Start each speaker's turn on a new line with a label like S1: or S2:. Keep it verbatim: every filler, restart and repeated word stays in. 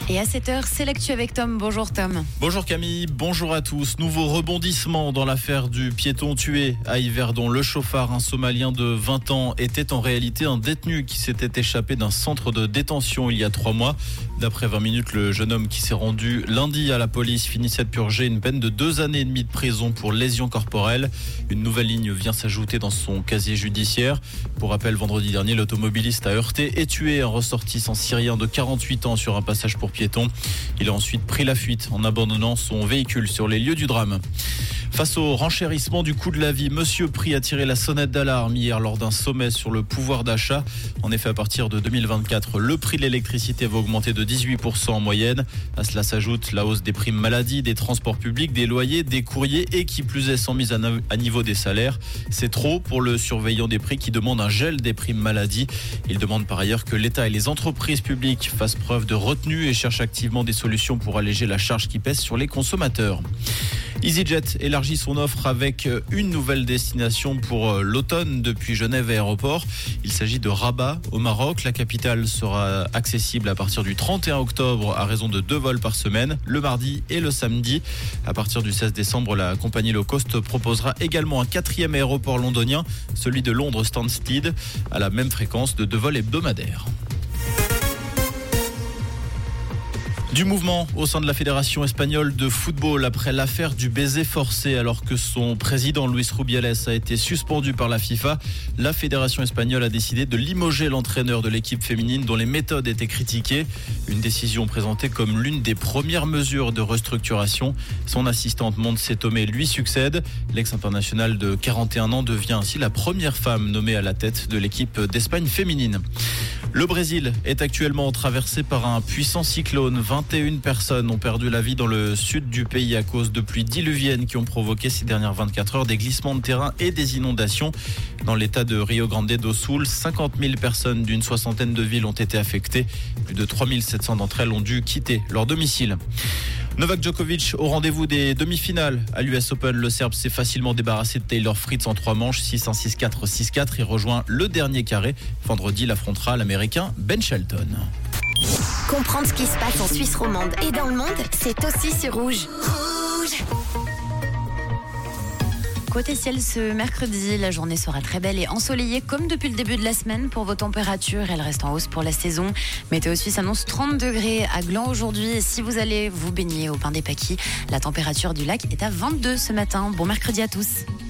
S1: Et à sept heures, c'est l'actu avec Tom. Bonjour Tom.
S2: Bonjour Camille, bonjour à tous. Nouveau rebondissement dans l'affaire du piéton tué à Yverdon. Le chauffard, un Somalien de vingt ans, était en réalité un détenu qui s'était échappé d'un centre de détention il y a trois mois. D'après vingt minutes, le jeune homme qui s'est rendu lundi à la police finissait de purger une peine de deux années et demie de prison pour lésion corporelle. Une nouvelle ligne vient s'ajouter dans son casier judiciaire. Pour rappel, vendredi dernier, l'automobiliste a heurté et tué un ressortissant syrien de quarante-huit ans sur un passage pour piétons. Il a ensuite pris la fuite en abandonnant son véhicule sur les lieux du drame. Face au renchérissement du coût de la vie, Monsieur Prix a tiré la sonnette d'alarme hier lors d'un sommet sur le pouvoir d'achat. En effet, à partir de deux mille vingt-quatre, le prix de l'électricité va augmenter de dix-huit pour cent en moyenne. À cela s'ajoute la hausse des primes maladie, des transports publics, des loyers, des courriers et qui plus est sans mise à niveau des salaires. C'est trop pour le surveillant des prix qui demande un gel des primes maladie. Il demande par ailleurs que l'État et les entreprises publiques fassent preuve de retenue et cherchent activement des solutions pour alléger la charge qui pèse sur les consommateurs. EasyJet élargit son offre avec une nouvelle destination pour l'automne depuis Genève Aéroport. Il s'agit de Rabat au Maroc. La capitale sera accessible à partir du trente et un octobre à raison de deux vols par semaine, le mardi et le samedi. À partir du seize décembre, la compagnie low cost proposera également un quatrième aéroport londonien, celui de Londres Stansted, à la même fréquence de deux vols hebdomadaires. Du mouvement au sein de la Fédération espagnole de football après l'affaire du baiser forcé alors que son président Luis Rubiales a été suspendu par la FIFA. La Fédération espagnole a décidé de limoger l'entraîneur de l'équipe féminine dont les méthodes étaient critiquées. Une décision présentée comme l'une des premières mesures de restructuration. Son assistante Montse Tomé lui succède. L'ex-international de quarante et un ans devient ainsi la première femme nommée à la tête de l'équipe d'Espagne féminine. Le Brésil est actuellement traversé par un puissant cyclone. vingt et une personnes ont perdu la vie dans le sud du pays à cause de pluies diluviennes qui ont provoqué ces dernières vingt-quatre heures des glissements de terrain et des inondations. Dans l'état de Rio Grande do Sul, cinquante mille personnes d'une soixantaine de villes ont été affectées. Plus de trois mille sept cents d'entre elles ont dû quitter leur domicile. Novak Djokovic au rendez-vous des demi-finales à l'U S Open. Le Serbe s'est facilement débarrassé de Taylor Fritz en trois manches, six un, six quatre, six quatre. Il rejoint le dernier carré. Vendredi, il affrontera l'Américain Ben Shelton.
S3: Comprendre ce qui se passe en Suisse romande et dans le monde, c'est aussi sur Rouge. Rouge.
S1: Côté ciel, ce mercredi, la journée sera très belle et ensoleillée comme depuis le début de la semaine pour vos températures. Elles restent en hausse pour la saison. Météo Suisse annonce trente degrés à Gland aujourd'hui. Et si vous allez vous baigner au Bain des Paquis, la température du lac est à vingt-deux ce matin. Bon mercredi à tous.